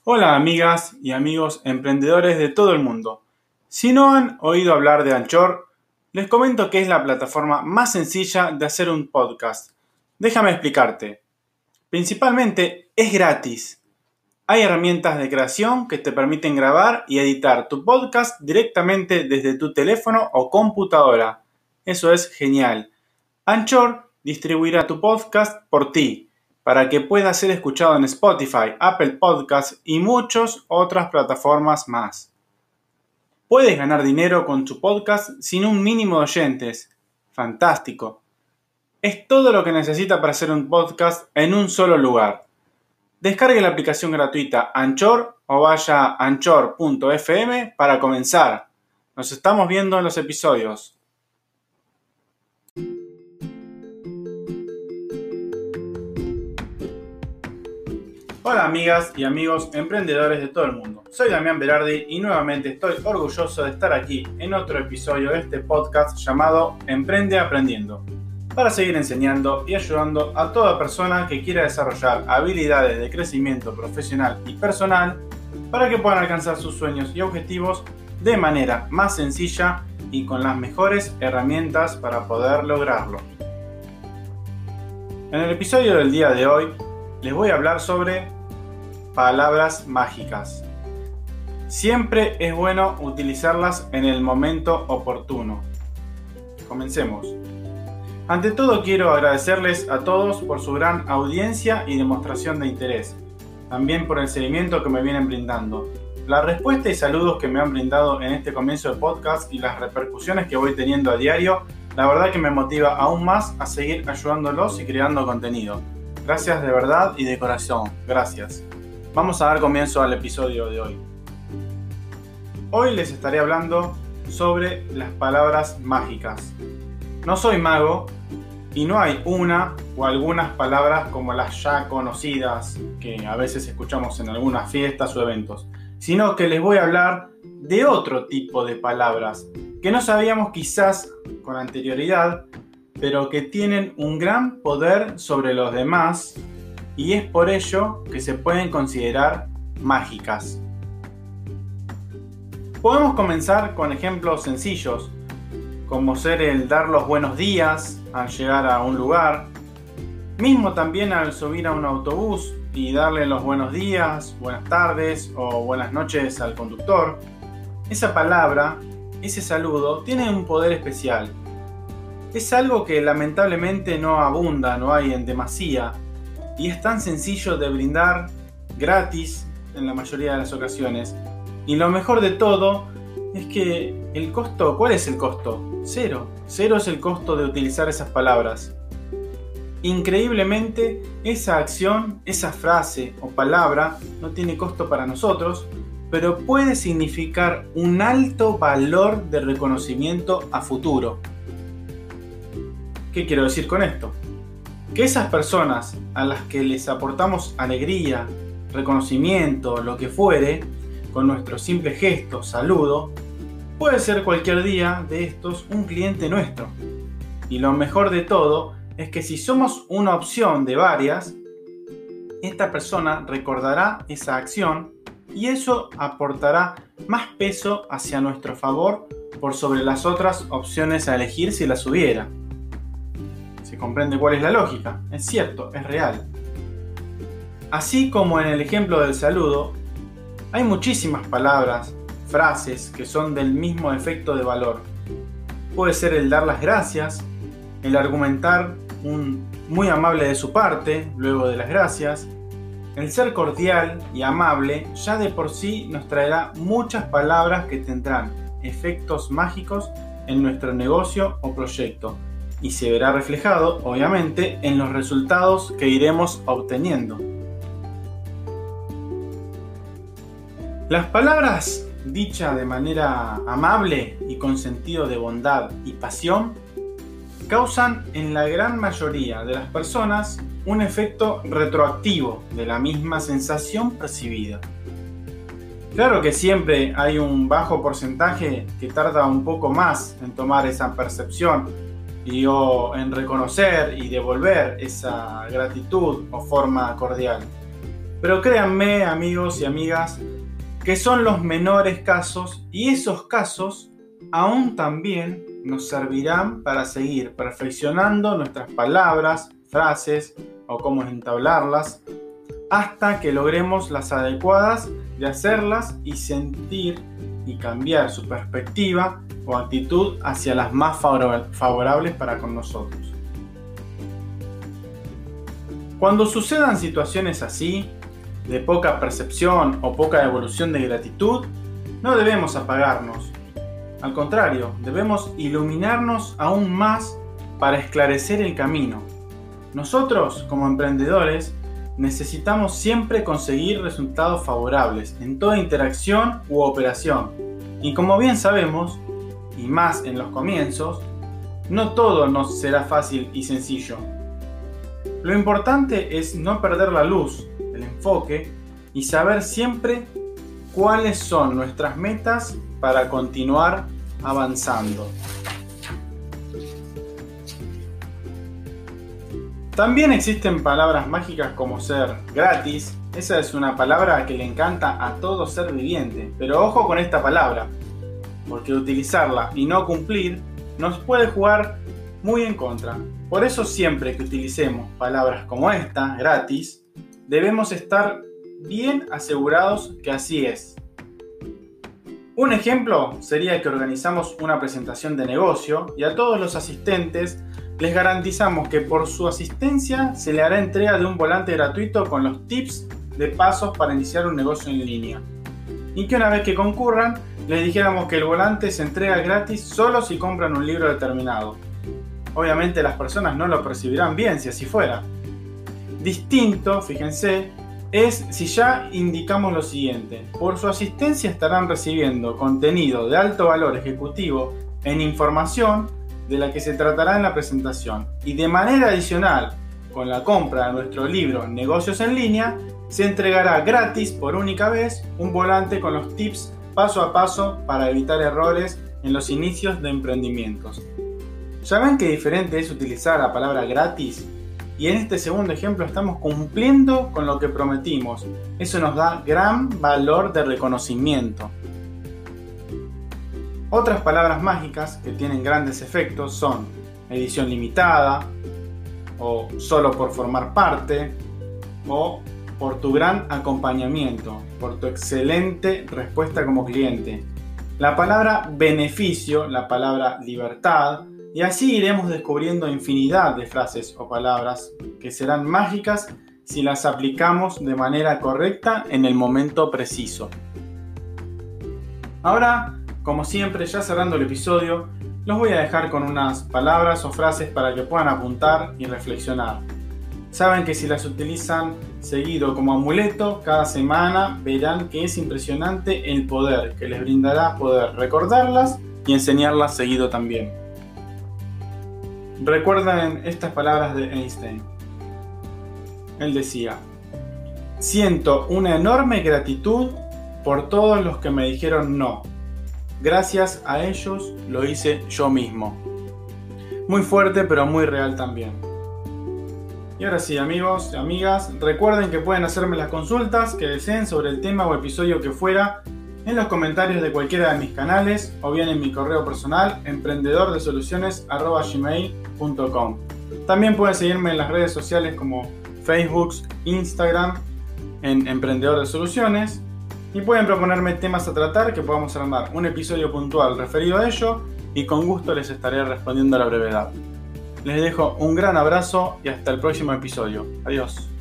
Hola amigas y amigos emprendedores de todo el mundo. Si no han oído hablar de Anchor, les comento que es la plataforma más sencilla de hacer un podcast. Déjame explicarte. Principalmente es gratis. Hay herramientas de creación que te permiten grabar y editar tu podcast directamente desde tu teléfono o computadora. Eso es genial. Anchor distribuirá tu podcast por ti, para que pueda ser escuchado en Spotify, Apple Podcasts y muchas otras plataformas más. Puedes ganar dinero con tu podcast sin un mínimo de oyentes. Fantástico. Es todo lo que necesita para hacer un podcast en un solo lugar. Descargue la aplicación gratuita Anchor o vaya a anchor.fm para comenzar. Nos estamos viendo en los episodios. Hola amigas y amigos emprendedores de todo el mundo. Soy Damián Berardi y nuevamente estoy orgulloso de estar aquí en otro episodio de este podcast llamado Emprende Aprendiendo, para seguir enseñando y ayudando a toda persona que quiera desarrollar habilidades de crecimiento profesional y personal para que puedan alcanzar sus sueños y objetivos de manera más sencilla y con las mejores herramientas para poder lograrlo. En el episodio del día de hoy les voy a hablar sobre palabras mágicas. Siempre es bueno utilizarlas en el momento oportuno. Comencemos. Ante todo quiero agradecerles a todos por su gran audiencia y demostración de interés. También por el seguimiento que me vienen brindando. La respuesta y saludos que me han brindado en este comienzo de podcast y las repercusiones que voy teniendo a diario, la verdad que me motiva aún más a seguir ayudándolos y creando contenido. Gracias de verdad y de corazón. Gracias. Vamos a dar comienzo al episodio de hoy. Hoy les estaré hablando sobre las palabras mágicas. No soy mago y no hay una o algunas palabras como las ya conocidas que a veces escuchamos en algunas fiestas o eventos, sino que les voy a hablar de otro tipo de palabras que no sabíamos quizás con anterioridad, pero que tienen un gran poder sobre los demás y es por ello que se pueden considerar mágicas. Podemos comenzar con ejemplos sencillos, como ser el dar los buenos días al llegar a un lugar, mismo también al subir a un autobús y darle los buenos días, buenas tardes o buenas noches al conductor. Esa palabra, ese saludo, tiene un poder especial. Es algo que lamentablemente no abunda, no hay en demasía, y es tan sencillo de brindar gratis en la mayoría de las ocasiones. Y lo mejor de todo es que el costo, ¿cuál es el costo? Cero. Cero es el costo de utilizar esas palabras. Increíblemente, esa acción, esa frase o palabra no tiene costo para nosotros, pero puede significar un alto valor de reconocimiento a futuro. ¿Qué quiero decir con esto? Que esas personas a las que les aportamos alegría, reconocimiento, lo que fuere, con nuestro simple gesto, saludo, puede ser cualquier día de estos un cliente nuestro. Y lo mejor de todo es que si somos una opción de varias, esta persona recordará esa acción y eso aportará más peso hacia nuestro favor por sobre las otras opciones a elegir si las hubiera. ¿Se comprende cuál es la lógica? Es cierto, es real. Así como en el ejemplo del saludo, hay muchísimas palabras, frases que son del mismo efecto de valor. Puede ser el dar las gracias, el argumentar un muy amable de su parte luego de las gracias. El ser cordial y amable ya de por sí nos traerá muchas palabras que tendrán efectos mágicos en nuestro negocio o proyecto y se verá reflejado, obviamente, en los resultados que iremos obteniendo. Las palabras dichas de manera amable y con sentido de bondad y pasión causan en la gran mayoría de las personas un efecto retroactivo de la misma sensación percibida. Claro que siempre hay un bajo porcentaje que tarda un poco más en tomar esa percepción o en reconocer y devolver esa gratitud o forma cordial. Pero créanme, amigos y amigas, que son los menores casos, y esos casos aún también nos servirán para seguir perfeccionando nuestras palabras, frases o cómo entablarlas, hasta que logremos las adecuadas de hacerlas y sentir y cambiar su perspectiva o actitud hacia las más favorables para con nosotros. Cuando sucedan situaciones así, de poca percepción o poca evolución de gratitud, no debemos apagarnos. Al contrario, debemos iluminarnos aún más para esclarecer el camino. Nosotros, como emprendedores, necesitamos siempre conseguir resultados favorables en toda interacción u operación. Y como bien sabemos, y más en los comienzos, no todo nos será fácil y sencillo. Lo importante es no perder la luz, el enfoque y saber siempre cuáles son nuestras metas para continuar avanzando. También existen palabras mágicas como ser gratis. Esa es una palabra que le encanta a todo ser viviente, pero ojo con esta palabra, porque utilizarla y no cumplir nos puede jugar muy en contra. Por eso siempre que utilicemos palabras como esta, gratis, debemos estar bien asegurados que así es. Un ejemplo sería que organizamos una presentación de negocio y a todos los asistentes les garantizamos que por su asistencia se le hará entrega de un volante gratuito con los tips de pasos para iniciar un negocio en línea. Y que una vez que concurran, les dijéramos que el volante se entrega gratis solo si compran un libro determinado. Obviamente las personas no lo percibirán bien si así fuera. Distinto, fíjense, es si ya indicamos lo siguiente: por su asistencia estarán recibiendo contenido de alto valor ejecutivo en información de la que se tratará en la presentación, y de manera adicional, con la compra de nuestro libro Negocios en Línea, se entregará gratis por única vez un volante con los tips paso a paso para evitar errores en los inicios de emprendimientos. ¿Ya ven qué diferente es utilizar la palabra gratis? Y en este segundo ejemplo estamos cumpliendo con lo que prometimos. Eso nos da gran valor de reconocimiento. Otras palabras mágicas que tienen grandes efectos son edición limitada, o solo por formar parte, o por tu gran acompañamiento, por tu excelente respuesta como cliente. La palabra beneficio, la palabra libertad, y así iremos descubriendo infinidad de frases o palabras que serán mágicas si las aplicamos de manera correcta en el momento preciso. Ahora, como siempre, ya cerrando el episodio, los voy a dejar con unas palabras o frases para que puedan apuntar y reflexionar. Saben que si las utilizan seguido como amuleto, cada semana verán que es impresionante el poder que les brindará poder recordarlas y enseñarlas seguido también. Recuerden estas palabras de Einstein. Él decía: siento una enorme gratitud por todos los que me dijeron no. Gracias a ellos lo hice yo mismo. Muy fuerte, pero muy real también. Y ahora sí, amigos y amigas, recuerden que pueden hacerme las consultas que deseen sobre el tema o episodio que fuera en los comentarios de cualquiera de mis canales o bien en mi correo personal emprendedordesoluciones@gmail.com. También pueden seguirme en las redes sociales como Facebook, Instagram, en Emprendedor de Soluciones, y pueden proponerme temas a tratar que podamos armar un episodio puntual referido a ello y con gusto les estaré respondiendo a la brevedad. Les dejo un gran abrazo y hasta el próximo episodio. Adiós.